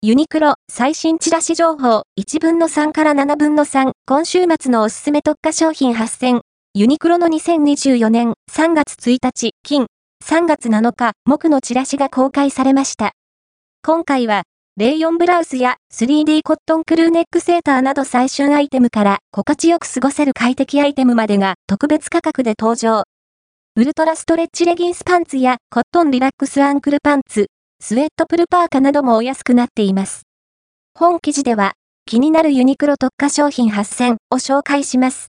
ユニクロ最新チラシ情報1分の3から7分の3今週末のおすすめ特価商品8選ユニクロの2024年3月1日金3月7日木のチラシが公開されました。今回はレイヨンブラウスや 3D コットンクルーネックセーターなど最旬アイテムから心地よく過ごせる快適アイテムまでが特別価格で登場。ウルトラストレッチレギンスパンツやコットンリラックスアンクルパンツ、スウェットプルパーカなどもお安くなっています。本記事では気になるユニクロ特価商品8選を紹介します。